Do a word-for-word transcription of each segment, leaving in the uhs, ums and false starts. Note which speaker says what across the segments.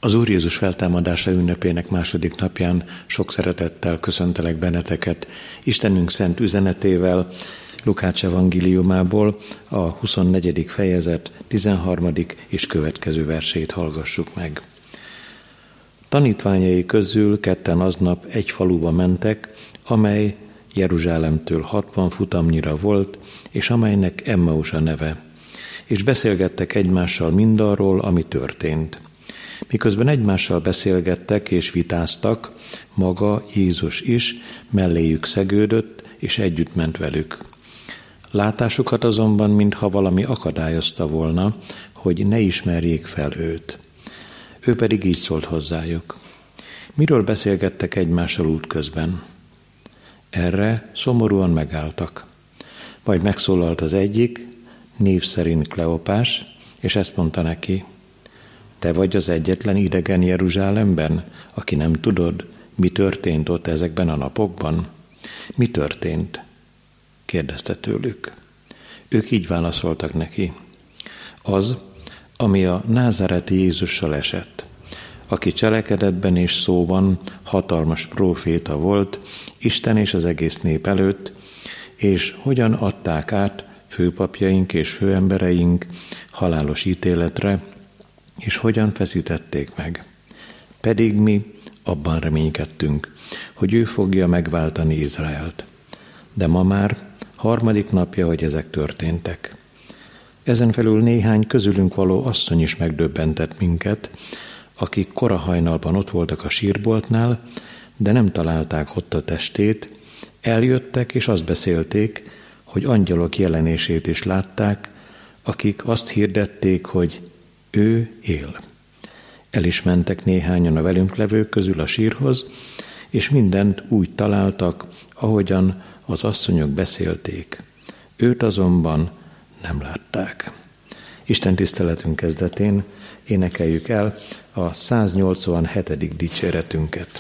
Speaker 1: Az Úr Jézus feltámadása ünnepének második napján sok szeretettel köszöntelek benneteket Istenünk szent üzenetével, Lukács evangéliumából a huszonnegyedik fejezet tizenharmadik és következő versét hallgassuk meg. Tanítványai közül ketten aznap egy faluba mentek, amely Jeruzsálemtől hatvan futamnyira volt, és amelynek Emmaus a neve, és beszélgettek egymással mindarról, ami történt. Miközben egymással beszélgettek és vitáztak, maga Jézus is melléjük szegődött, és együtt ment velük. Látásukat azonban, mintha valami akadályozta volna, hogy ne ismerjék fel őt. Ő pedig így szólt hozzájuk. Miről beszélgettek egymással útközben? Erre szomorúan megálltak. Majd megszólalt az egyik, név szerint Kleopás, és ezt mondta neki: te vagy az egyetlen idegen Jeruzsálemben, aki nem tudod, mi történt ott ezekben a napokban? Mi történt? Kérdezte tőlük. Ők így válaszoltak neki. Az, ami a názáreti Jézussal esett, aki cselekedetben és szóban hatalmas próféta volt, Isten és az egész nép előtt, és hogyan adták át főpapjaink és főembereink halálos ítéletre, és hogyan feszítették meg. Pedig mi abban reménykedtünk, hogy ő fogja megváltani Izraelt. De ma már harmadik napja, hogy ezek történtek. Ezen felül néhány közülünk való asszony is megdöbbentett minket, akik korahajnalban ott voltak a sírboltnál, de nem találták ott a testét, eljöttek és azt beszélték, hogy angyalok jelenését is látták, akik azt hirdették, hogy ő él. El is mentek néhányan a velünk levők közül a sírhoz, és mindent úgy találtak, ahogyan az asszonyok beszélték. Őt azonban nem látták. Isten tiszteletünk kezdetén énekeljük el a száznyolcvanhetedik dicséretünket.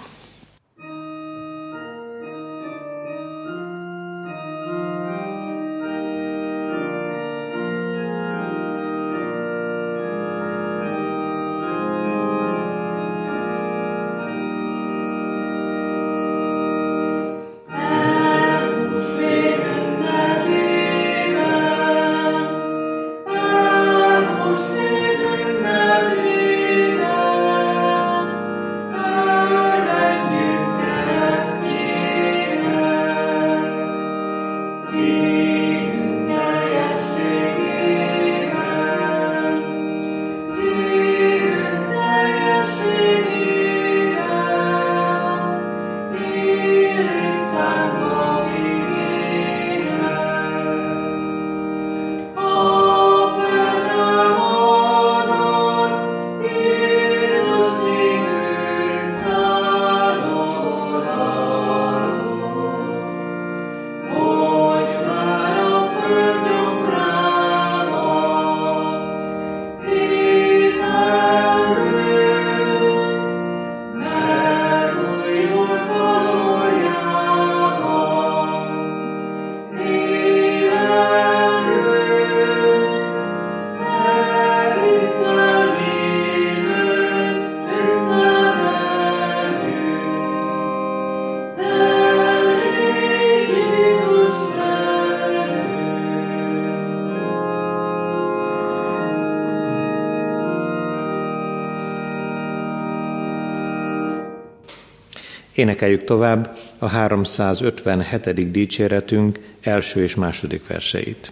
Speaker 1: Énekeljük tovább a háromszázötvenhetedik dicséretünk első és második verseit.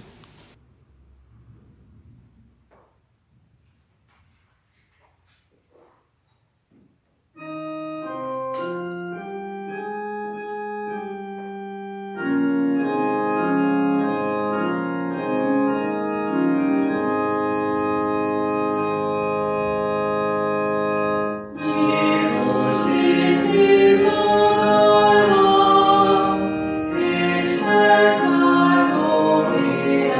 Speaker 2: Yeah.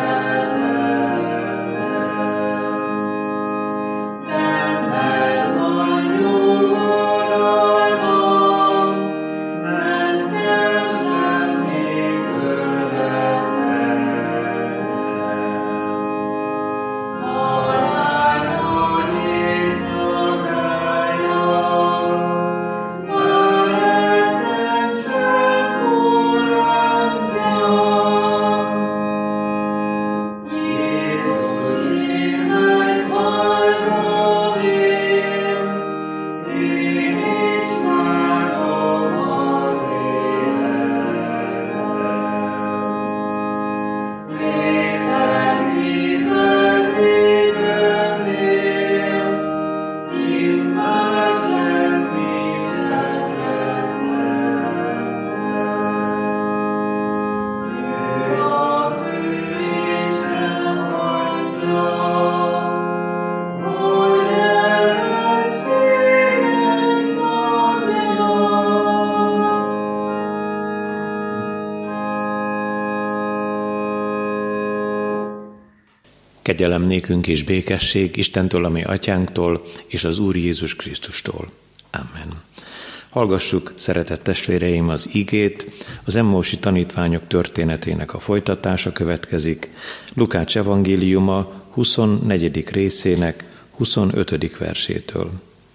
Speaker 1: Kegyelem nékünk és békesség Istentől, ami atyánktól, és az Úr Jézus Krisztustól. Amen. Hallgassuk, szeretett testvéreim, az igét, az emmausi tanítványok történetének a folytatása következik. Lukács evangéliuma huszonnegyedik részének huszonötödik versétől.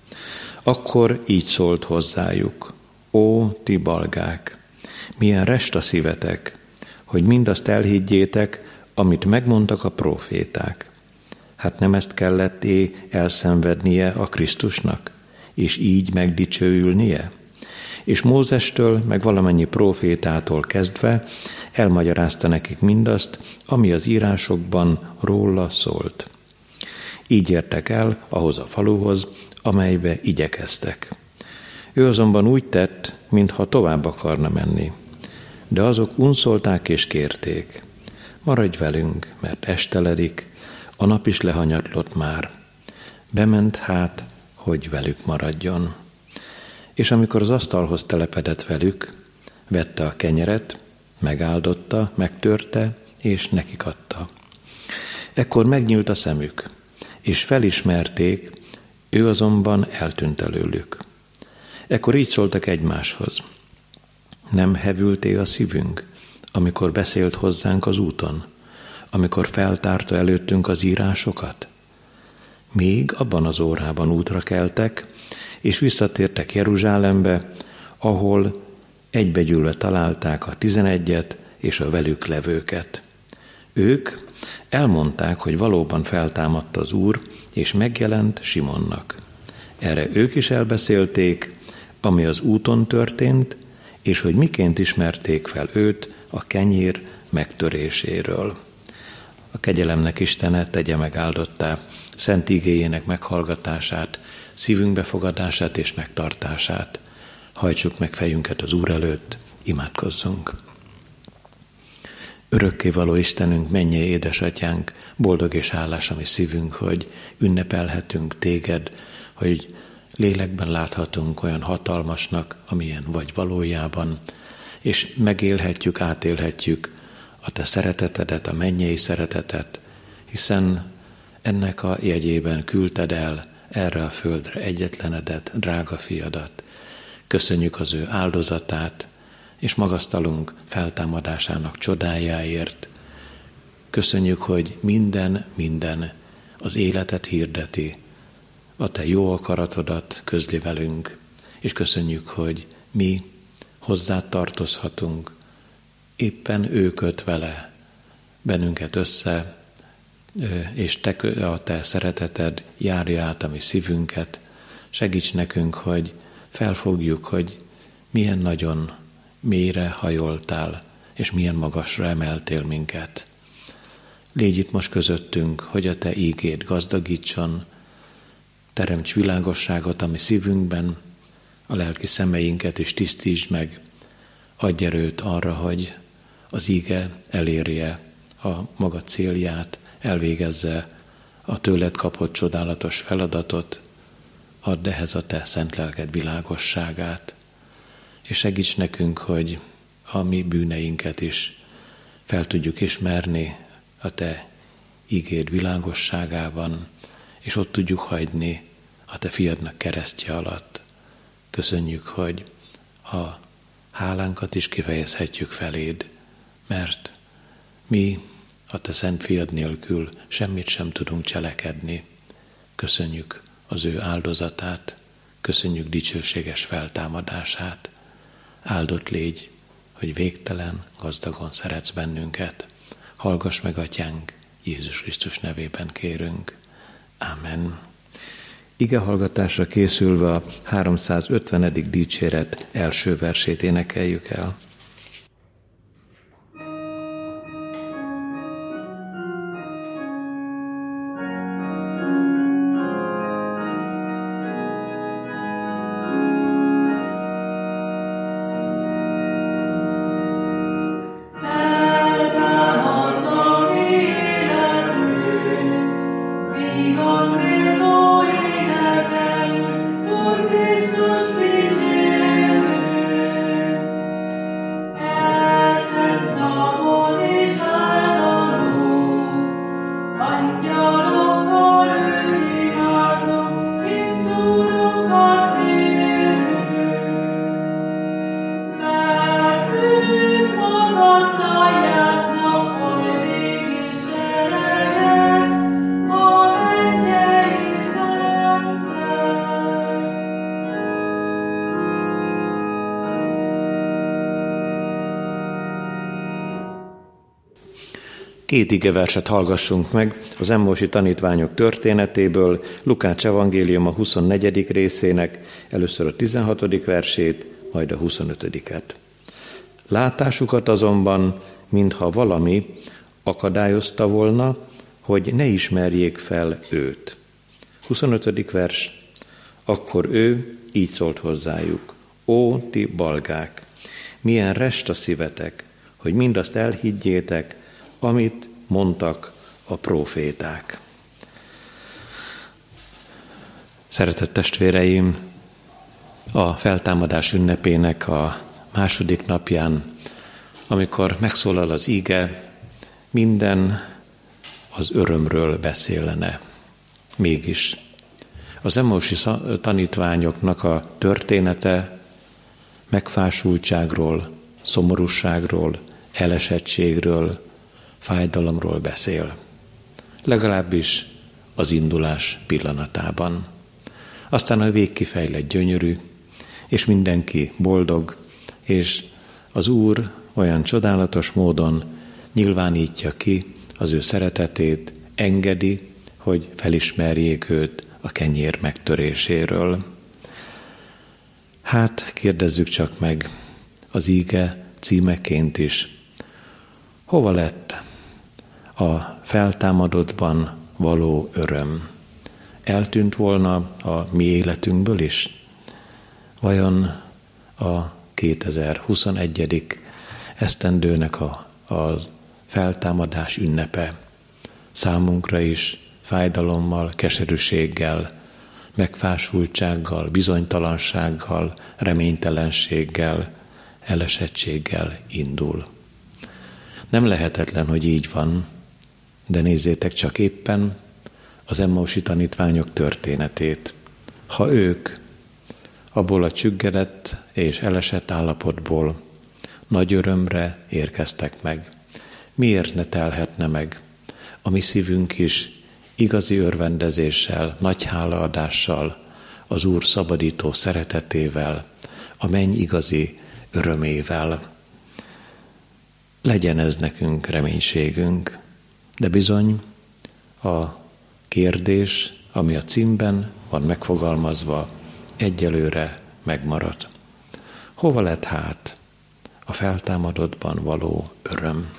Speaker 1: Akkor így szólt hozzájuk: Ó, ti balgák, milyen rest a szívetek, hogy mindazt elhiggyétek, amit megmondtak a próféták. Hát nem ezt kellett é elszenvednie a Krisztusnak, és így megdicsőülnie? És Mózestől, meg valamennyi prófétától kezdve elmagyarázta nekik mindazt, ami az írásokban róla szólt. Így értek el ahhoz a faluhoz, amelybe igyekeztek. Ő azonban úgy tett, mintha tovább akarna menni. De azok unszolták és kérték: Maradj velünk, mert esteledik, a nap is lehanyatlott már. Bement hát, hogy velük maradjon. És amikor az asztalhoz telepedett velük, vette a kenyeret, megáldotta, megtörte, és nekik adta. Ekkor megnyílt a szemük, és felismerték, ő azonban eltűnt előlük. Ekkor így szóltak egymáshoz: Nem hevülté a szívünk, amikor beszélt hozzánk az úton, amikor feltárta előttünk az írásokat? Még abban az órában útra keltek, és visszatértek Jeruzsálembe, ahol egybegyűlve találták a tizenegyet és a velük levőket. Ők elmondták, hogy valóban feltámadt az Úr, és megjelent Simonnak. Erre ők is elbeszélték, ami az úton történt, és hogy miként ismerték fel őt a kenyér megtöréséről. A kegyelemnek Istene tegye meg áldottá szent igéjének meghallgatását, szívünk befogadását és megtartását. Hajtsuk meg fejünket az Úr előtt, imádkozzunk. Örökkévaló Istenünk, mennyei édesatyánk, boldog és hálás a mi szívünk, hogy ünnepelhetünk téged, hogy lélekben láthatunk olyan hatalmasnak, amilyen vagy valójában, és megélhetjük, átélhetjük a te szeretetedet, a mennyei szeretetet, hiszen ennek a jegyében küldted el erre a földre egyetlenedet, drága fiadat. Köszönjük az ő áldozatát, és magasztalunk feltámadásának csodájáért. Köszönjük, hogy minden, minden az életet hirdeti, a te jó akaratodat közli velünk, és köszönjük, hogy mi hozzád tartozhatunk, éppen ő köt vele bennünket össze, és te, a te szereteted járja át a mi szívünket. Segíts nekünk, hogy felfogjuk, hogy milyen nagyon mélyre hajoltál, és milyen magasra emeltél minket. Légy itt most közöttünk, hogy a te ígéd gazdagítson, teremts világosságot a mi szívünkben, a lelki szemeinket is tisztítsd meg, adj erőt arra, hogy az íge elérje a maga célját, elvégezze a tőled kapott csodálatos feladatot, add ehhez a te szent lelked világosságát, és segíts nekünk, hogy a mi bűneinket is fel tudjuk ismerni a te ígéd világosságában, és ott tudjuk hagyni a te fiadnak keresztje alatt. Köszönjük, hogy a hálánkat is kifejezhetjük feléd, mert mi a te szent fiad nélkül semmit sem tudunk cselekedni. Köszönjük az ő áldozatát, köszönjük dicsőséges feltámadását. Áldott légy, hogy végtelen, gazdagon szeretsz bennünket. Hallgass meg, Atyánk, Jézus Krisztus nevében kérünk. Amen. Igehallgatásra készülve a háromszázötvenedik dicséret első versét énekeljük el. Két igeverset hallgassunk meg az emmausi tanítványok történetéből, Lukács evangélium a huszonnegyedik részének, először a tizenhatodik versét, majd a huszonötödiket. Látásukat azonban, mintha valami akadályozta volna, hogy ne ismerjék fel őt. huszonötödik vers. Akkor ő így szólt hozzájuk: Ó, ti balgák, milyen rest a szívetek, hogy mindazt elhiggyétek, amit mondtak a próféták. Szeretett testvéreim, a feltámadás ünnepének a második napján, amikor megszólal az ige, minden az örömről beszélne. Mégis az emmausi tanítványoknak a története megfásultságról, szomorúságról, elesettségről, fájdalomról beszél. Legalábbis az indulás pillanatában. Aztán a vég kifejlett gyönyörű, és mindenki boldog, és az Úr olyan csodálatos módon nyilvánítja ki az ő szeretetét, engedi, hogy felismerjék őt a kenyér megtöréséről. Hát kérdezzük csak meg az íge címeként is, hova lett a feltámadottban való öröm? Eltűnt volna a mi életünkből is? Vajon a kétezer-huszonegyedik esztendőnek a, a feltámadás ünnepe számunkra is fájdalommal, keserűséggel, megfásultsággal, bizonytalansággal, reménytelenséggel, elesettséggel indul? Nem lehetetlen, hogy így van, de nézzétek csak éppen az emmausi tanítványok történetét. Ha ők abból a csüggedett és elesett állapotból nagy örömre érkeztek meg, miért ne telhetne meg a mi szívünk is igazi örvendezéssel, nagy hálaadással, az Úr szabadító szeretetével, a menny igazi örömével? Legyen ez nekünk reménységünk, de bizony a kérdés, ami a címben van megfogalmazva, egyelőre megmarad. Hova lett hát a feltámadottban való öröm?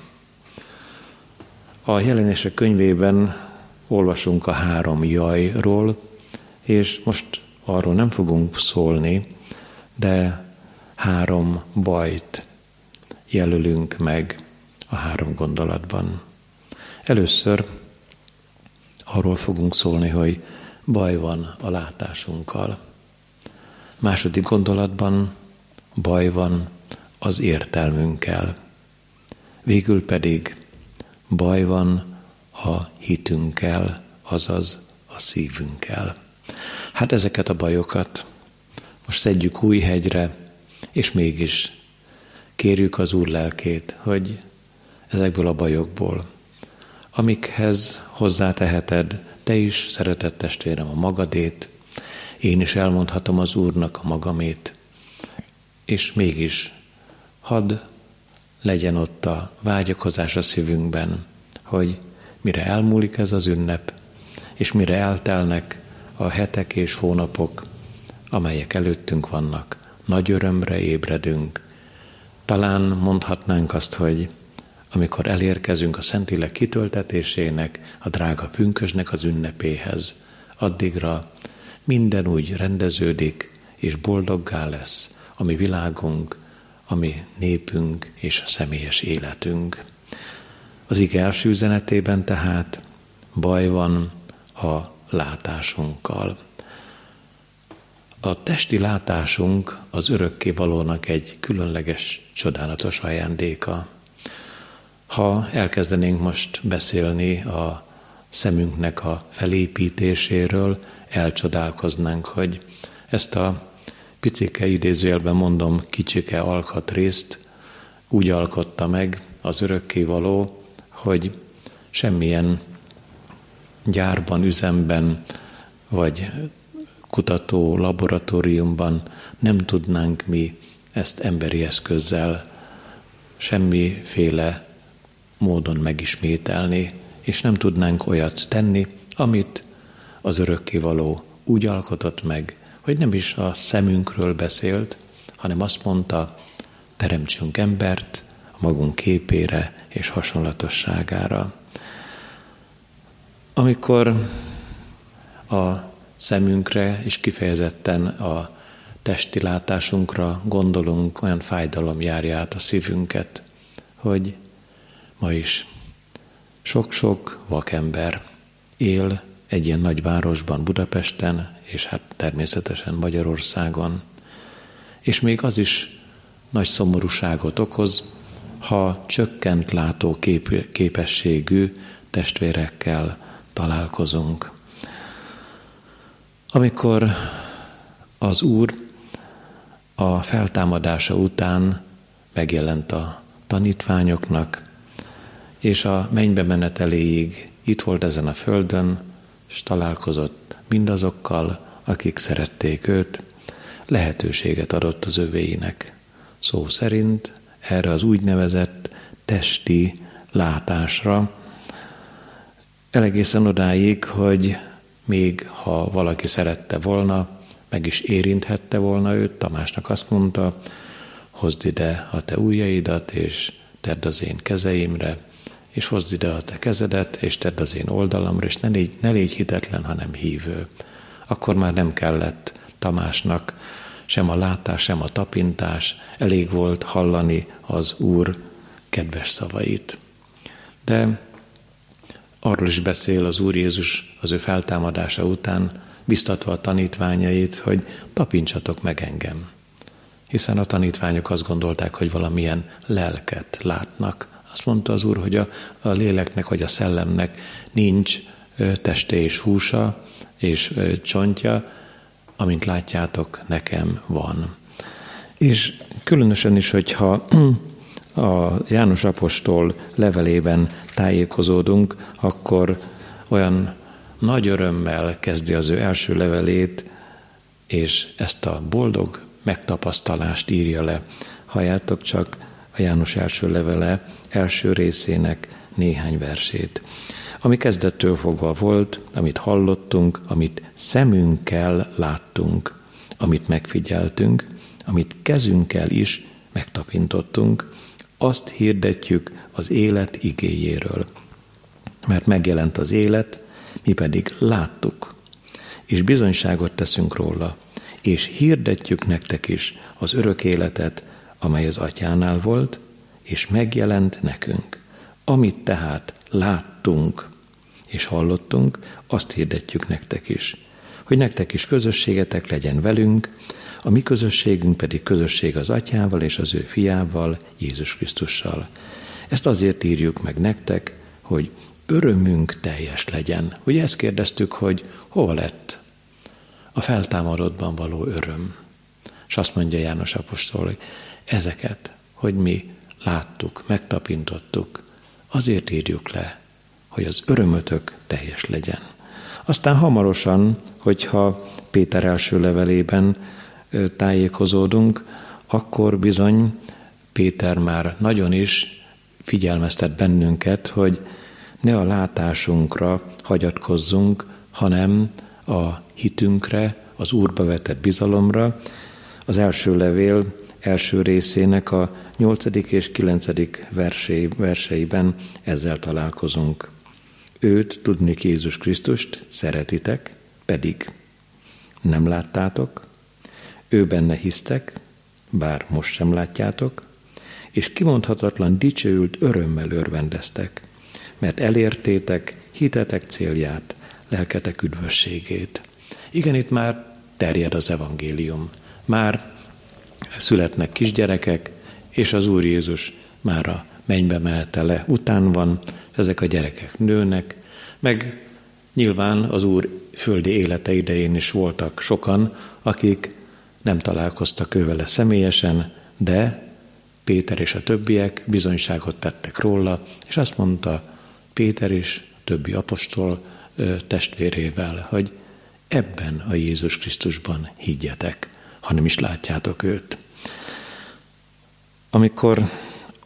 Speaker 1: A Jelenések könyvében olvasunk a három jajról, és most arról nem fogunk szólni, de három bajt jelölünk meg a három gondolatban. Először arról fogunk szólni, hogy baj van a látásunkkal. Második gondolatban baj van az értelmünkkel. Végül pedig baj van a hitünkkel, azaz a szívünkkel. Hát ezeket a bajokat most szedjük Újhegyre, és mégis kérjük az Úr lelkét, hogy ezekből a bajokból, amikhez hozzáteheted te is, szeretett testvérem, a magadét, én is elmondhatom az Úrnak a magamét, és mégis hadd legyen ott a vágyakozás a szívünkben, hogy mire elmúlik ez az ünnep, és mire eltelnek a hetek és hónapok, amelyek előttünk vannak, nagy örömre ébredünk. Talán mondhatnánk azt, hogy amikor elérkezünk a Szentlélek kitöltetésének, a drága pünkösdnek az ünnepéhez, addigra minden úgy rendeződik, és boldoggá lesz a mi világunk, a mi népünk és a személyes életünk. Az ige első üzenetében tehát baj van a látásunkkal. A testi látásunk az örökkévalónak egy különleges, csodálatos ajándéka. Ha elkezdenénk most beszélni a szemünknek a felépítéséről, elcsodálkoznánk, hogy ezt a picike, idézőjelben mondom, kicsike alkatrészt úgy alkotta meg az örökkévaló, hogy semmilyen gyárban, üzemben vagy kutató laboratóriumban nem tudnánk mi ezt emberi eszközzel, semmiféle módon megismételni, és nem tudnánk olyat tenni, amit az örökkévaló úgy alkotott meg, hogy nem is a szemünkről beszélt, hanem azt mondta, teremtsünk embert a magunk képére és hasonlatosságára. Amikor a szemünkre és kifejezetten a testi látásunkra gondolunk, olyan fájdalom járja át a szívünket, hogy ma is sok-sok vakember él egy ilyen nagy városban, Budapesten, és hát természetesen Magyarországon. És még az is nagy szomorúságot okoz, ha csökkent látó kép- képességű testvérekkel találkozunk. Amikor az Úr a feltámadása után megjelent a tanítványoknak, és a mennybe meneteléig itt volt ezen a földön, és találkozott mindazokkal, akik szerették őt, lehetőséget adott az övéinek. Szó szerint erre az úgynevezett testi látásra, elegészen odáig, hogy még ha valaki szerette volna, meg is érinthette volna őt, Tamásnak azt mondta, hozd ide a te ujjaidat, és tedd az én kezeimre, és hozd ide a te kezedet, és tedd az én oldalamra, és ne légy, ne légy hitetlen, hanem hívő. Akkor már nem kellett Tamásnak sem a látás, sem a tapintás, elég volt hallani az Úr kedves szavait. De arról is beszél az Úr Jézus az ő feltámadása után, biztatva a tanítványait, hogy tapintsatok meg engem. Hiszen a tanítványok azt gondolták, hogy valamilyen lelket látnak. Azt mondta az Úr, hogy a, a léleknek vagy a szellemnek nincs ö, teste és húsa és ö, csontja, amint látjátok, nekem van. És különösen is, hogyha a János apostol levelében tájékozódunk, akkor olyan nagy örömmel kezdi az ő első levelét, és ezt a boldog megtapasztalást írja le. Halljátok csak a János első levele első részének néhány versét. Ami kezdettől fogva volt, amit hallottunk, amit szemünkkel láttunk, amit megfigyeltünk, amit kezünkkel is megtapintottunk, azt hirdetjük az élet igéjéről. Mert megjelent az élet, mi pedig láttuk, és bizonyságot teszünk róla, és hirdetjük nektek is az örök életet, amely az Atyánál volt, és megjelent nekünk. Amit tehát láttunk és hallottunk, azt hirdetjük nektek is, hogy nektek is közösségetek legyen velünk, a mi közösségünk pedig közösség az Atyával és az ő fiával, Jézus Krisztussal. Ezt azért írjuk meg nektek, hogy örömünk teljes legyen. Ugye ezt kérdeztük, hogy hova lett a feltámadottban való öröm. És azt mondja János apostol, hogy ezeket, hogy mi láttuk, megtapintottuk, azért írjuk le, hogy az örömötök teljes legyen. Aztán hamarosan, hogyha Péter első levelében tájékozódunk, akkor bizony Péter már nagyon is figyelmeztet bennünket, hogy ne a látásunkra hagyatkozzunk, hanem a hitünkre, az Úrba vetett bizalomra. Az első levél első részének a nyolcadik és kilencedik versei, verseiben ezzel találkozunk. Őt, tudnik Jézus Krisztust szeretitek, pedig nem láttátok, ő benne hisztek, bár most sem látjátok, és kimondhatatlan dicsőült örömmel örvendeztek, mert elértétek hitetek célját, lelketek üdvösségét. Igen, itt már terjed az evangélium. Már születnek kisgyerekek, és az Úr Jézus már a mennybe menetele után van, ezek a gyerekek nőnek, meg nyilván az Úr földi élete idején is voltak sokan, akik nem találkoztak ővele személyesen, de Péter és a többiek bizonyságot tettek róla, és azt mondta Péter és többi apostol testvérével, hogy ebben a Jézus Krisztusban higgyetek, ha nem is látjátok őt. Amikor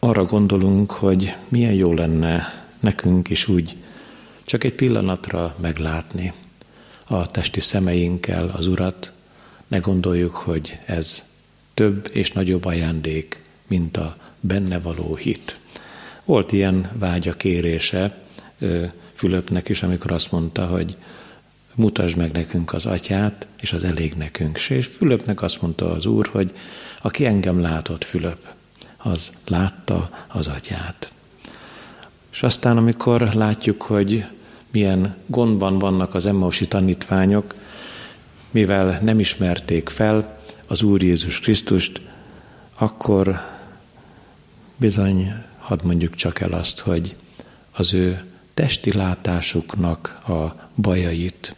Speaker 1: arra gondolunk, hogy milyen jó lenne nekünk is úgy csak egy pillanatra meglátni a testi szemeinkkel az Urat, ne gondoljuk, hogy ez több és nagyobb ajándék, mint a benne való hit. Volt ilyen vágya kérése Fülöpnek is, amikor azt mondta, hogy mutasd meg nekünk az Atyát, és az elég nekünk. És Fülöpnek azt mondta az Úr, hogy aki engem látott, Fülöp, az látta az Atyát. És aztán, amikor látjuk, hogy milyen gondban vannak az emmausi tanítványok, mivel nem ismerték fel az Úr Jézus Krisztust, akkor bizony, hadd mondjuk csak el azt, hogy az ő testi látásuknak a bajait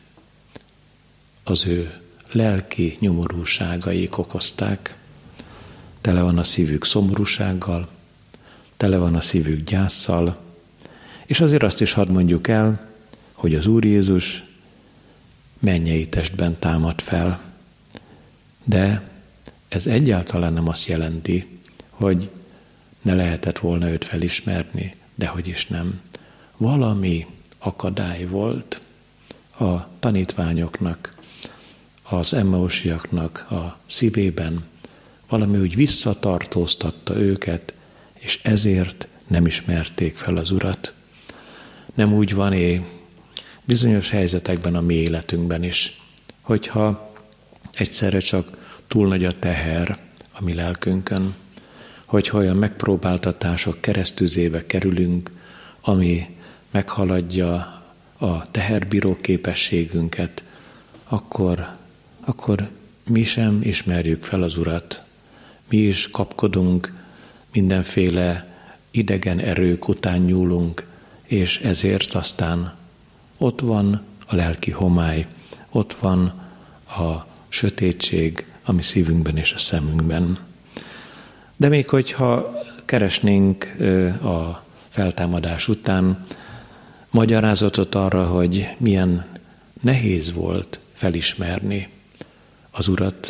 Speaker 1: az ő lelki nyomorúságaik okozták. Tele van a szívük szomorúsággal, tele van a szívük gyásszal, és azért azt is hadd mondjuk el, hogy az Úr Jézus mennyei testben támad fel. De ez egyáltalán nem azt jelenti, hogy ne lehetett volna őt felismerni, dehogy is nem. Valami akadály volt a tanítványoknak, az emmausiaknak a szívében, valami úgy visszatartóztatta őket, és ezért nem ismerték fel az Urat. Nem úgy van-e bizonyos helyzetekben a mi életünkben is, hogyha egyszerre csak túl nagy a teher a mi lelkünkön, hogyha olyan megpróbáltatások keresztüzébe kerülünk, ami meghaladja a teherbíró képességünket, akkor, akkor mi sem ismerjük fel az Urat. Mi is kapkodunk, mindenféle idegen erők után nyúlunk, és ezért aztán ott van a lelki homály, ott van a sötétség a mi szívünkben és a szemünkben. De még hogyha keresnénk a feltámadás után magyarázatot arra, hogy milyen nehéz volt felismerni az Urat,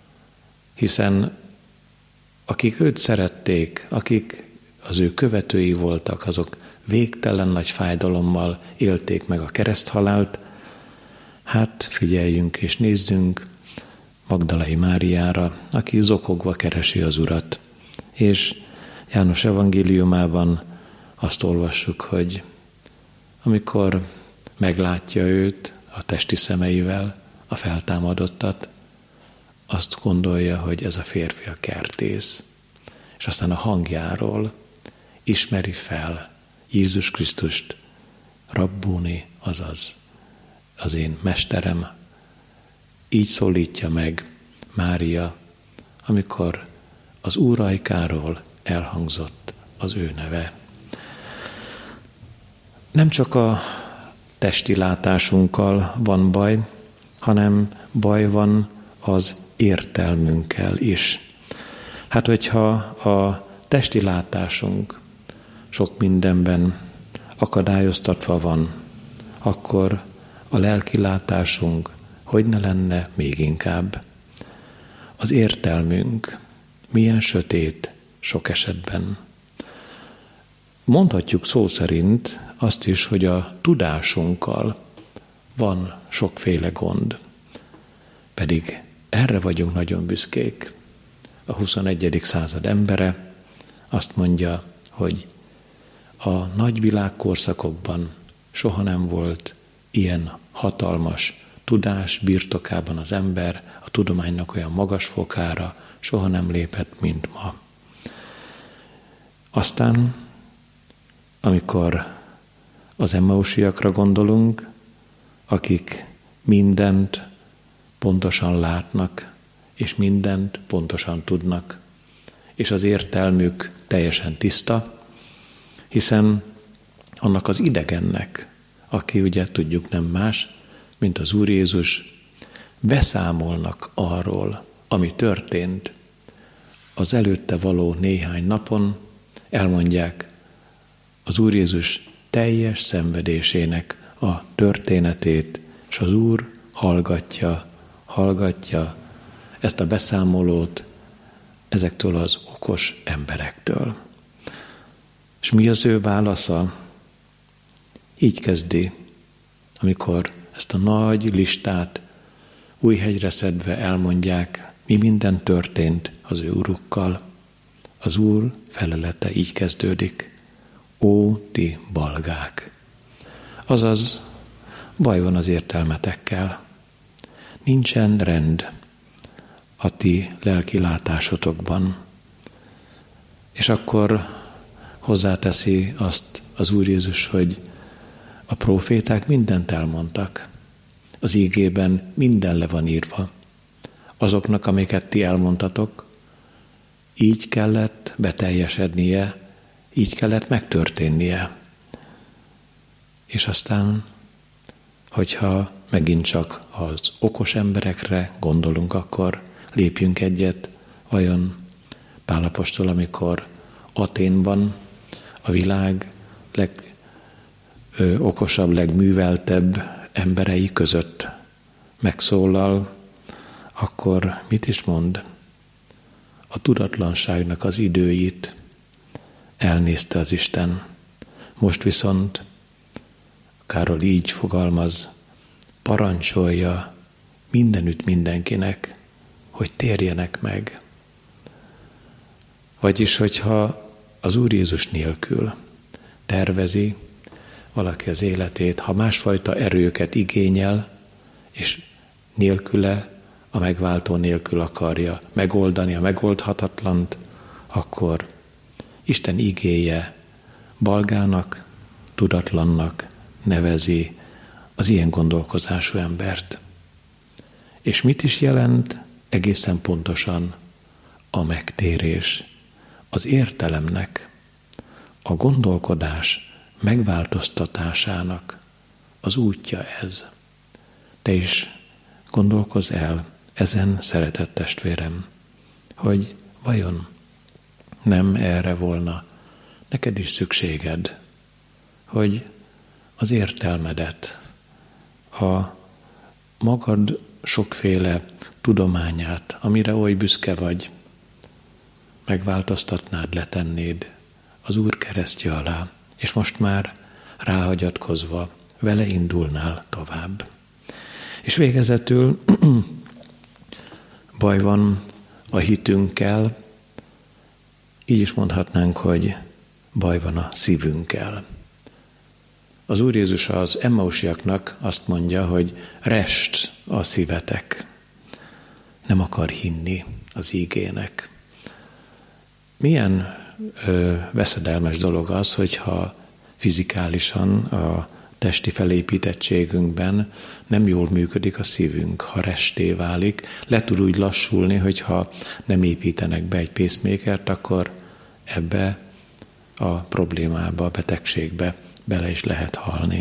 Speaker 1: hiszen akik őt szerették, akik az ő követői voltak, azok végtelen nagy fájdalommal élték meg a kereszthalált. Hát figyeljünk és nézzünk Magdalai Máriára, aki zokogva keresi az Urat. És János evangéliumában azt olvassuk, hogy amikor meglátja őt a testi szemeivel, a feltámadottat, azt gondolja, hogy ez a férfi a kertész. És aztán a hangjáról ismeri fel Jézus Krisztust, Rabbuni, azaz az én mesterem. Így szólítja meg Mária, amikor az Úr ajkáról elhangzott az ő neve. Nem csak a testi látásunkkal van baj, hanem baj van az értelmünkkel is. Hát, hogyha a testi látásunk sok mindenben akadályoztatva van, akkor a lelki látásunk hogy ne lenne még inkább. Az értelmünk milyen sötét sok esetben. Mondhatjuk szó szerint azt is, hogy a tudásunkkal van sokféle gond. Pedig erre vagyunk nagyon büszkék. A huszonegyedik század embere azt mondja, hogy a nagyvilág korszakokban soha nem volt ilyen hatalmas tudás birtokában az ember, a tudománynak olyan magas fokára soha nem lépett, mint ma. Aztán, amikor az emmausiakra gondolunk, akik mindent pontosan látnak, és mindent pontosan tudnak, és az értelmük teljesen tiszta, hiszen annak az idegennek, aki ugye tudjuk nem más, mint az Úr Jézus, beszámolnak arról, ami történt az előtte való néhány napon, elmondják az Úr Jézus teljes szenvedésének a történetét, és az Úr hallgatja, hallgatja ezt a beszámolót ezektől az okos emberektől. És mi az ő válasza? Így kezdi, amikor ezt a nagy listát Újhegyre szedve elmondják, mi minden történt az ő urukkal. Az Úr felelete így kezdődik. Ó, ti balgák! Azaz, baj van az értelmetekkel. Nincsen rend a ti lelki látásotokban. És akkor hozzáteszi azt az Úr Jézus, hogy a próféták mindent elmondtak. Az ígében minden le van írva. Azoknak, amiket ti elmondtatok, így kellett beteljesednie, így kellett megtörténnie. És aztán, hogyha megint csak az okos emberekre gondolunk, akkor lépjünk egyet, vajon Pál apostol, amikor Aténban a világ legokosabb, legműveltebb emberei között megszólal, akkor mit is mond? A tudatlanságnak az időit elnézte az Isten. Most viszont Károly így fogalmaz, parancsolja mindenütt mindenkinek, hogy térjenek meg. Vagyis, hogyha az Úr Jézus nélkül tervezi valaki az életét, ha másfajta erőket igényel, és nélküle, a megváltó nélkül akarja megoldani a megoldhatatlant, akkor Isten igéje balgának, tudatlannak nevezi az ilyen gondolkozású embert. És mit is jelent egészen pontosan a megtérés? Az értelemnek, a gondolkodás megváltoztatásának az útja ez. Te is gondolkozz el ezen, szeretett testvérem, hogy vajon nem erre volna neked is szükséged, hogy az értelmedet, a magad sokféle tudományát, amire oly büszke vagy, megváltoztatnád, letennéd az Úr keresztje alá, és most már ráhagyatkozva vele indulnál tovább. És végezetül baj van a hitünkkel, így is mondhatnánk, hogy baj van a szívünkkel. Az Úr Jézus az emmausiaknak azt mondja, hogy rest a szívetek. Nem akar hinni az ígének. Milyen ö, veszedelmes dolog az, hogyha fizikálisan a testi felépítettségünkben nem jól működik a szívünk, ha resté válik, le tud úgy lassulni, hogyha nem építenek be egy pacemakert, akkor ebbe a problémába, a betegségbe bele is lehet halni.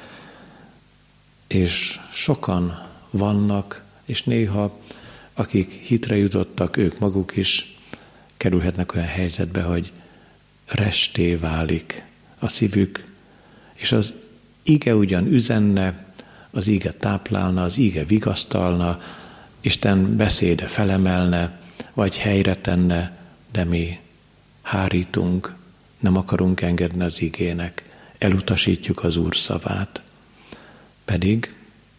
Speaker 1: És sokan vannak, és néha akik hitre jutottak, ők maguk is kerülhetnek olyan helyzetbe, hogy resté válik a szívük, és az ige ugyan üzenne, az ige táplálna, az ige vigasztalna, Isten beszéde felemelne, vagy helyre tenne, de mi hárítunk, nem akarunk engedni az igének, elutasítjuk az Úr szavát. Pedig,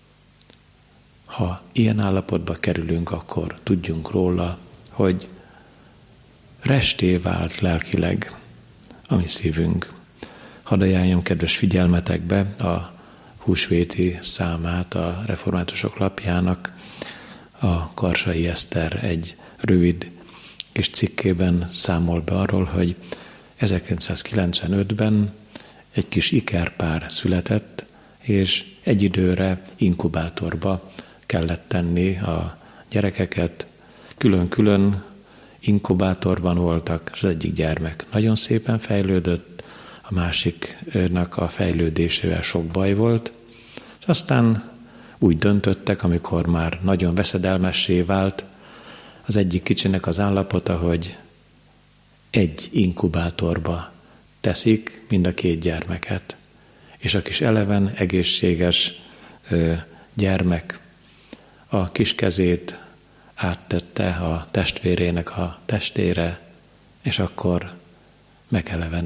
Speaker 1: ha ilyen állapotba kerülünk, akkor tudjunk róla, hogy resté vált lelkileg a mi szívünk. Hadd ajánljam kedves figyelmetekbe a húsvéti számát a Reformátusok lapjának. A Karsai Eszter egy rövid kis cikkében számol be arról, hogy ezerkilencszázkilencvenötben egy kis ikerpár született, és egy időre inkubátorba kellett tenni a gyerekeket. Külön-külön inkubátorban voltak, és az egyik gyermek nagyon szépen fejlődött, a másiknak a fejlődésével sok baj volt, és aztán úgy döntöttek, amikor már nagyon veszedelmessé vált az egyik kicsinek az állapota, hogy egy inkubátorba teszik mind a két gyermeket. És a kis eleven, egészséges ö, gyermek a kis kezét áttette a testvérének a testére, és akkor megelevenedett.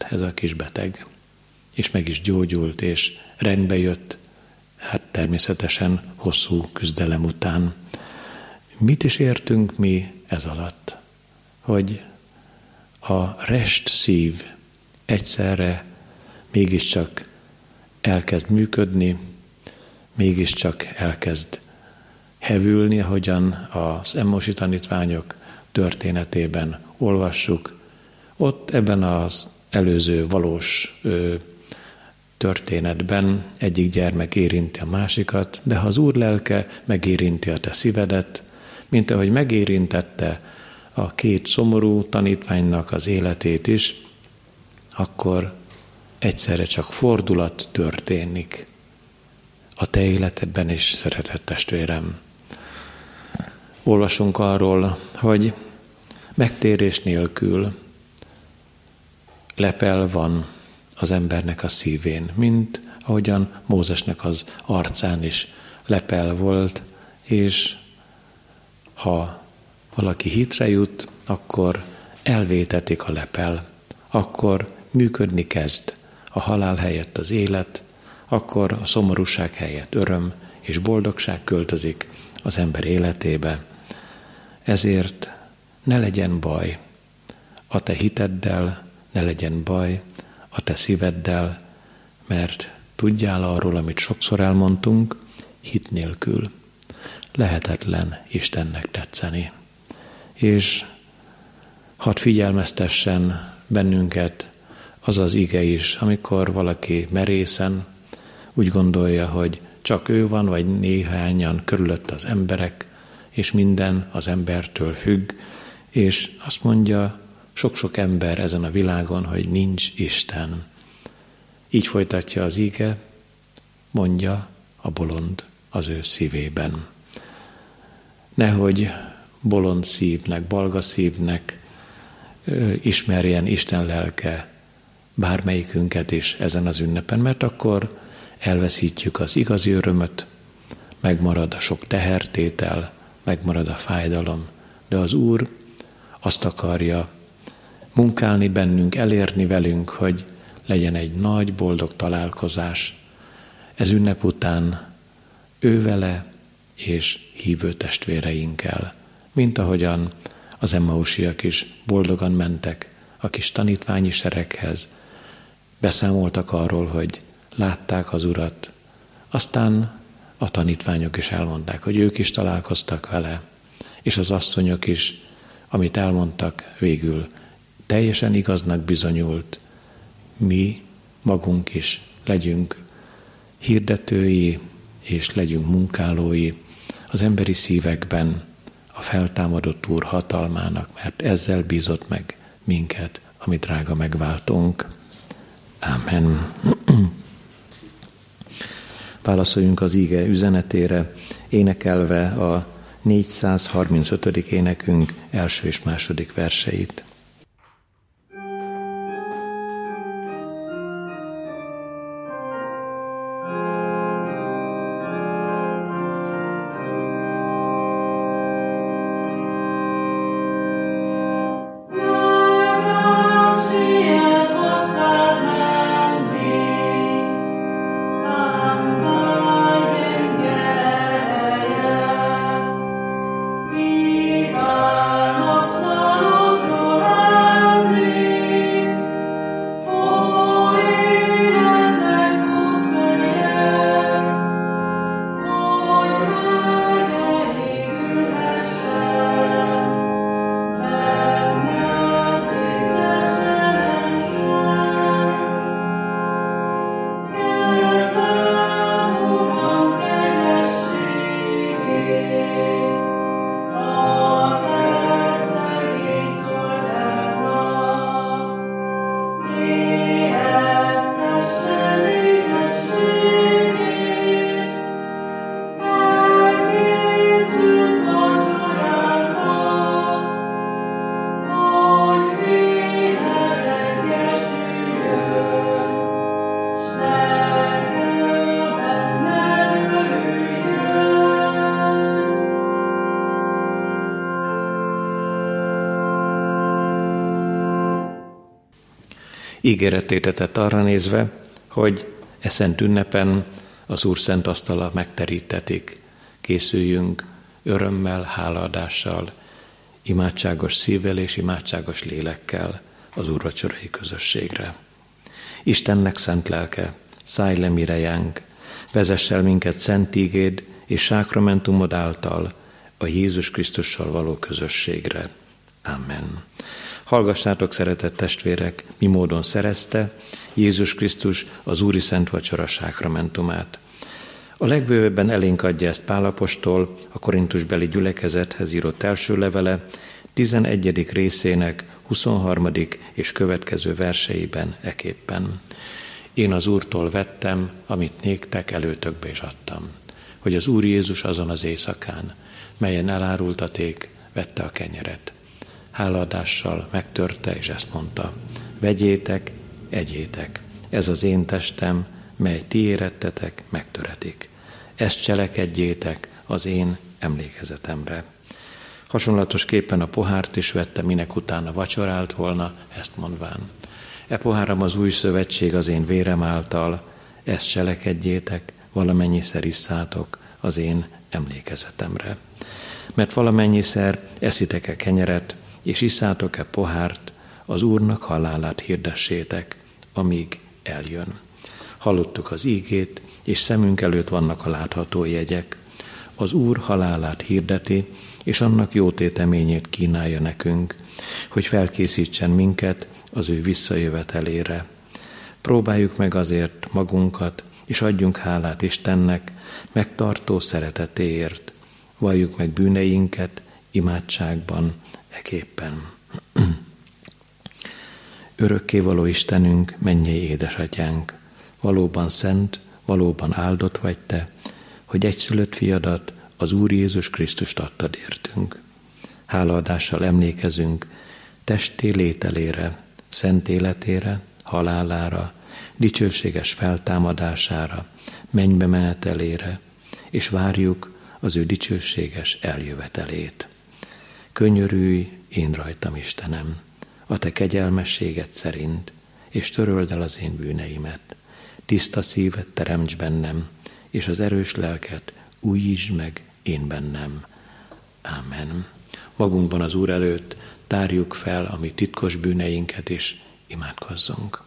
Speaker 1: jött ez a kis beteg, és meg is gyógyult, és rendbe jött, hát természetesen hosszú küzdelem után. Mit is értünk mi ez alatt? Hogy a rest szív egyszerre mégiscsak elkezd működni, mégiscsak elkezd hevülni, ahogyan az Emmausi tanítványok történetében olvassuk. Ott ebben az előző valós ö, történetben egyik gyermek érinti a másikat, de ha az Úr lelke megérinti a te szívedet, mint ahogy megérintette a két szomorú tanítványnak az életét is, akkor egyszerre csak fordulat történik a te életedben is, szeretett testvérem. Olvasunk arról, hogy megtérés nélkül lepel van az embernek a szívén, mint ahogyan Mózesnek az arcán is lepel volt, és ha valaki hitre jut, akkor elvétetik a lepel, akkor működni kezd a halál helyett az élet, akkor a szomorúság helyett öröm és boldogság költözik az ember életébe. Ezért ne legyen baj a te hiteddel, ne legyen baj a te szíveddel, mert tudjál arról, amit sokszor elmondtunk, hit nélkül lehetetlen Istennek tetszeni. És hadd figyelmeztessen bennünket az az ige is, amikor valaki merészen úgy gondolja, hogy csak ő van, vagy néhányan körülött az emberek, és minden az embertől függ, és azt mondja sok-sok ember ezen a világon, hogy nincs Isten. Így folytatja az ige, mondja a bolond az ő szívében. Nehogy bolond szívnek, balga szívnek ismerjen Isten lelke bármelyikünket is ezen az ünnepen, mert akkor elveszítjük az igazi örömöt, megmarad a sok tehertétel, megmarad a fájdalom, de az Úr azt akarja munkálni bennünk, elérni velünk, hogy legyen egy nagy, boldog találkozás ez ünnep után ő vele és hívő testvéreinkkel, mint ahogyan az emmausiak is boldogan mentek a kis tanítványi sereghez, beszámoltak arról, hogy látták az Urat, aztán a tanítványok is elmondták, hogy ők is találkoztak vele, és az asszonyok is, amit elmondtak, végül teljesen igaznak bizonyult. Mi magunk is legyünk hirdetői, és legyünk munkálói az emberi szívekben a feltámadott Úr hatalmának, mert ezzel bízott meg minket, ami drága megváltónk. Ámen. Válaszoljunk az íge üzenetére, énekelve a négyszázharmincötödik énekünk első és második verseit.
Speaker 2: Iván osztalodról
Speaker 1: ígéretét tett arra nézve, hogy e szent ünnepen az Úr szent asztala megterítetik. Készüljünk örömmel, hálaadással, imádságos szívvel és imádságos lélekkel az úrvacsorai közösségre. Istennek szent lelke, szállj le mirejánk, vezess el minket szent ígéd és sákramentumod által a Jézus Krisztussal való közösségre. Amen. Hallgassátok, szeretett testvérek, mi módon szerezte Jézus Krisztus az Úri Szent Vacsora sákramentumát. A legbővebben elénk adja ezt Pál apostol a korintusbeli gyülekezethez írott első levele tizenegyedik részének huszonharmadik és következő verseiben eképpen. Én az Úrtól vettem, amit néktek előtökbe is adtam, hogy az Úr Jézus azon az éjszakán, melyen elárultaték, vette a kenyeret. Hálaadással megtörte, és ezt mondta: vegyétek, egyétek, ez az én testem, mely ti érettetek, megtöretik. Ezt cselekedjétek az én emlékezetemre. Hasonlatosképpen a pohárt is vette, minek utána vacsorált volna, ezt mondván: e poháram az új szövetség az én vérem által, ezt cselekedjétek, valamennyiszer isszátok az én emlékezetemre. Mert valamennyiszer eszitek-e kenyeret, és isszátok-e pohárt, az Úrnak halálát hirdessétek, amíg eljön. Hallottuk az ígét, és szemünk előtt vannak a látható jegyek. Az Úr halálát hirdeti, és annak jótéteményét kínálja nekünk, hogy felkészítsen minket az ő visszajövetelére. Próbáljuk meg azért magunkat, és adjunk hálát Istennek megtartó szeretetéért. Valljuk meg bűneinket imádságban eképpen. Örökkévaló Istenünk, mennyei édesatyánk, valóban szent, valóban áldott vagy te, hogy egyszülött fiadat, az Úr Jézus Krisztust adtad értünk. Hálaadással emlékezünk testi lételére, szent életére, halálára, dicsőséges feltámadására, mennybe menetelére, és várjuk az ő dicsőséges eljövetelét. Könyörülj én rajtam, Istenem, a te kegyelmességed szerint, és töröld el az én bűneimet. Tiszta szívet teremts bennem, és az erős lelket újítsd meg én bennem. Ámen. Magunkban az Úr előtt tárjuk fel a mi titkos bűneinket, és imádkozzunk.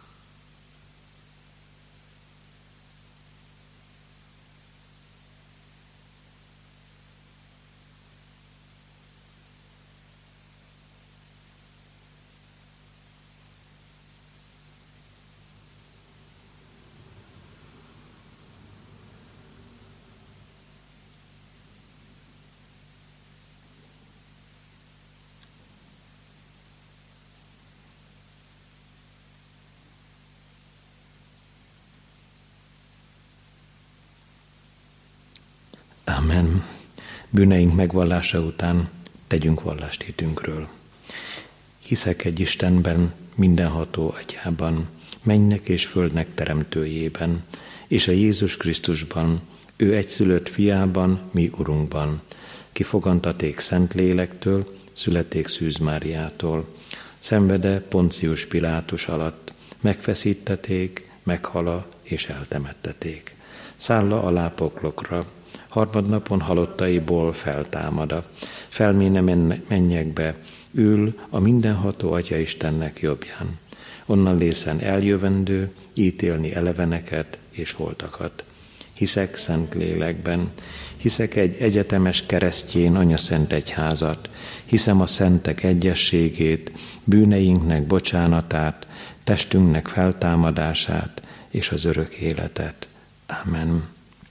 Speaker 1: Amen. Bűneink megvallása után tegyünk vallást hitünkről. Hiszek egy Istenben, mindenható Atyában, mennynek és földnek teremtőjében, és a Jézus Krisztusban, ő egyszülött fiában, mi Urunkban, ki fogantaték Szent Lélektől, születték Szűz Máriától, szenvede Poncius Pilátus alatt, megfeszítették, meghala és eltemetteték. Szálla alá poklokra, harmadnapon halottaiból feltámada, felméne mennyekbe, ül a mindenható Atya Istennek jobbján. Onnan lészen eljövendő, ítélni eleveneket és holtakat. Hiszek Szent Lélekben, hiszek egy egyetemes keresztjén anyaszent egyházat, hiszem a szentek egyességét, bűneinknek bocsánatát, testünknek feltámadását és az örök életet. Amen.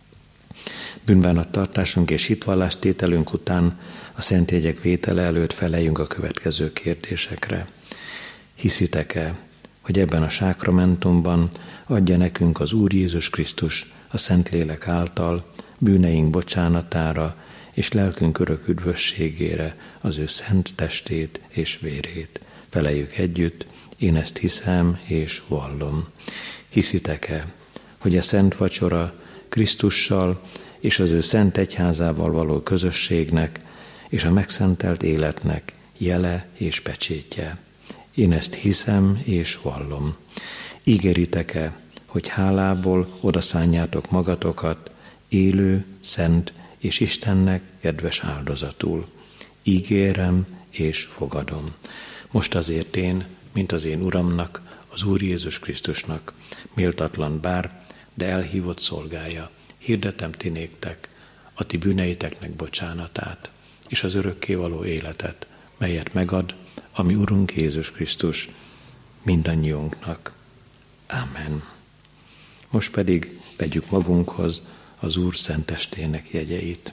Speaker 1: Bűnbánattartásunk és hitvallástételünk után a szentjegyek vétele előtt feleljünk a következő kérdésekre. Hiszitek-e, hogy ebben a sákramentumban adja nekünk az Úr Jézus Krisztus a Szentlélek által bűneink bocsánatára és lelkünk örök üdvösségére az ő szent testét és vérét? Feleljük együtt, én ezt hiszem és vallom. Hiszitek-e, hogy a szent vacsora Krisztussal és az ő szent egyházával való közösségnek és a megszentelt életnek jele és pecsétje? Én ezt hiszem és vallom. Ígéritek-e, hogy hálából odaszánjátok magatokat élő, szent és Istennek kedves áldozatul? Ígérem és fogadom. Most azért én, mint az én Uramnak, az Úr Jézus Krisztusnak, méltatlan bár, de elhívott szolgája, hirdetem ti néktek a ti bűneiteknek bocsánatát, és az örökkévaló életet, melyet megad a mi Urunk Jézus Krisztus mindannyiunknak. Ámen. Most pedig vegyük magunkhoz az Úr szent testének jegyeit.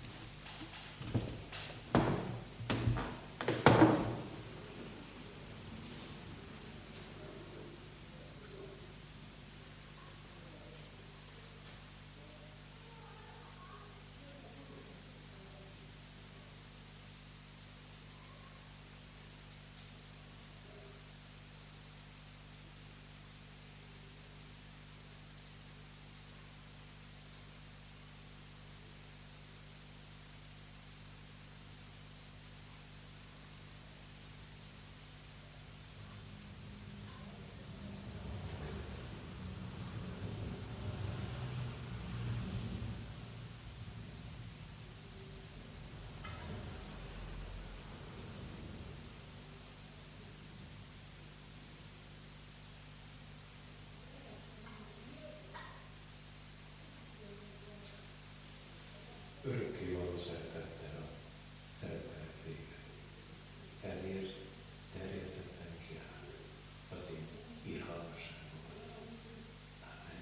Speaker 1: Örökkévaló szeretettel szerettelek téged, ezért terjesztettem ki rád az én irgalmasságomat. Ámen.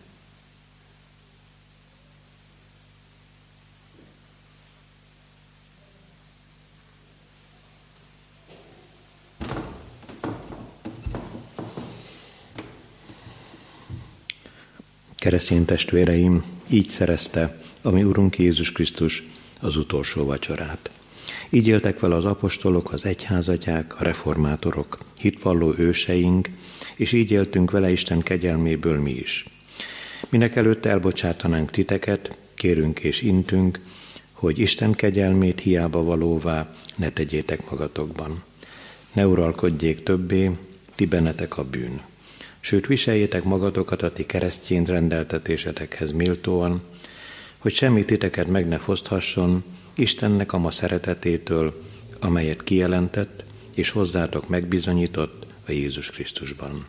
Speaker 1: Keresztény testvéreim, így szerezte a mi Urunk Jézus Krisztus az utolsó vacsorát. Így éltek vele az apostolok, az egyházatyák, a reformátorok, hitvalló őseink, és így éltünk vele Isten kegyelméből mi is. Minek előtte elbocsátanánk titeket, kérünk és intünk, hogy Isten kegyelmét hiába valóvá ne tegyétek magatokban. Ne uralkodjék többé, ti bennetek a bűn. Sőt, viseljétek magatokat a ti keresztény rendeltetésetekhez méltóan, hogy semmi titeket meg ne foszthasson Istennek a ma szeretetétől, amelyet kijelentett és hozzátok megbizonyított a Jézus Krisztusban.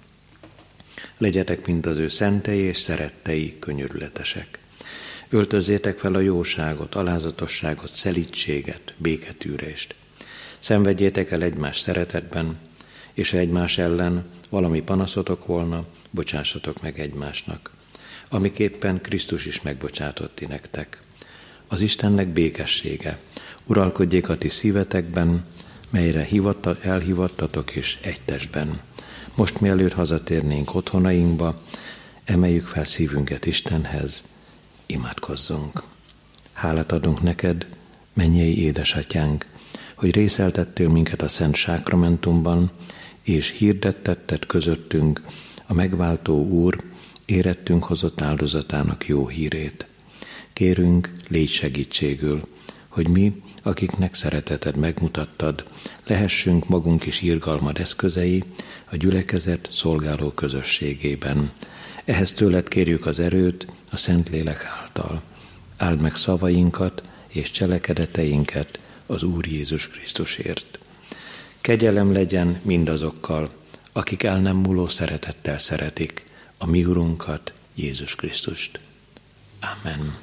Speaker 1: Legyetek mind az ő szentei és szerettei könyörületesek. Öltözzétek fel a jóságot, alázatosságot, szelídséget, béketűrést. Szenvedjétek el egymás szeretetben, és ha egymás ellen valami panaszotok volna, bocsássatok meg egymásnak, amiképpen Krisztus is megbocsátott ti nektek. Az Istennek békessége uralkodjék a ti szívetekben, melyre hivatta, elhivattatok is egy testben. Most mielőtt hazatérnénk otthonainkba, emeljük fel szívünket Istenhez, imádkozzunk. Hálát adunk neked, mennyei édesatyánk, hogy részeltettél minket a Szent Sákramentumban, és hirdettetted közöttünk a megváltó Úr érettünk hozott áldozatának jó hírét. Kérünk, légy segítségül, hogy mi, akiknek szereteted megmutattad, lehessünk magunk is irgalmad eszközei a gyülekezet szolgáló közösségében. Ehhez tőled kérjük az erőt a Szentlélek által. Áld meg szavainkat és cselekedeteinket az Úr Jézus Krisztusért. Kegyelem legyen mindazokkal, akik el nem múló szeretettel szeretik a mi Urunkat, Jézus Krisztust. Amen.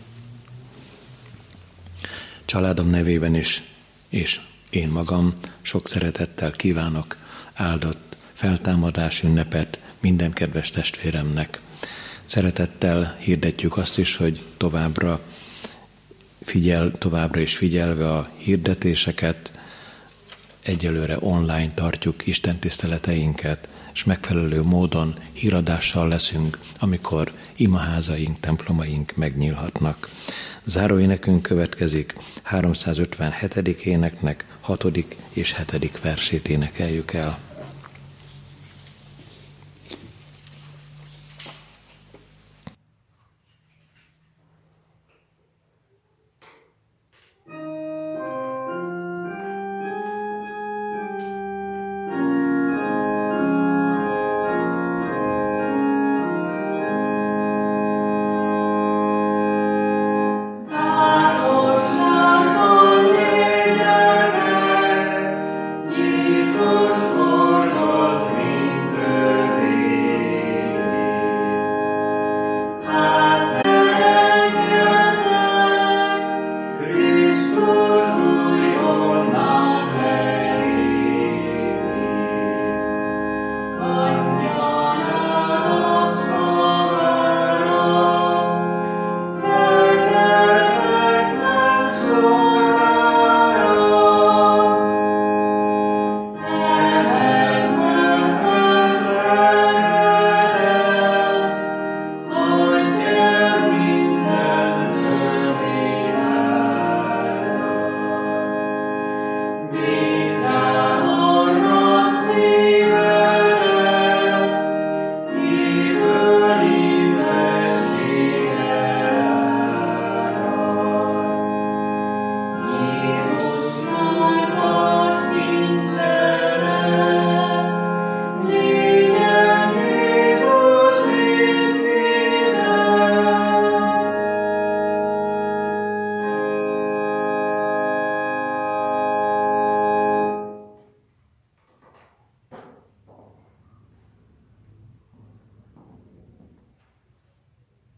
Speaker 1: Családom nevében is, és én magam sok szeretettel kívánok áldott feltámadás ünnepet minden kedves testvéremnek. Szeretettel hirdetjük azt is, hogy továbbra figyel, továbbra is figyelve a hirdetéseket, egyelőre online tartjuk istentiszteleteinket, és megfelelő módon híradással leszünk, amikor imaházaink, templomaink megnyílhatnak. Záróénekünk következik, háromszázötvenhetedik éneknek hatodik és hetedik versét énekeljük el.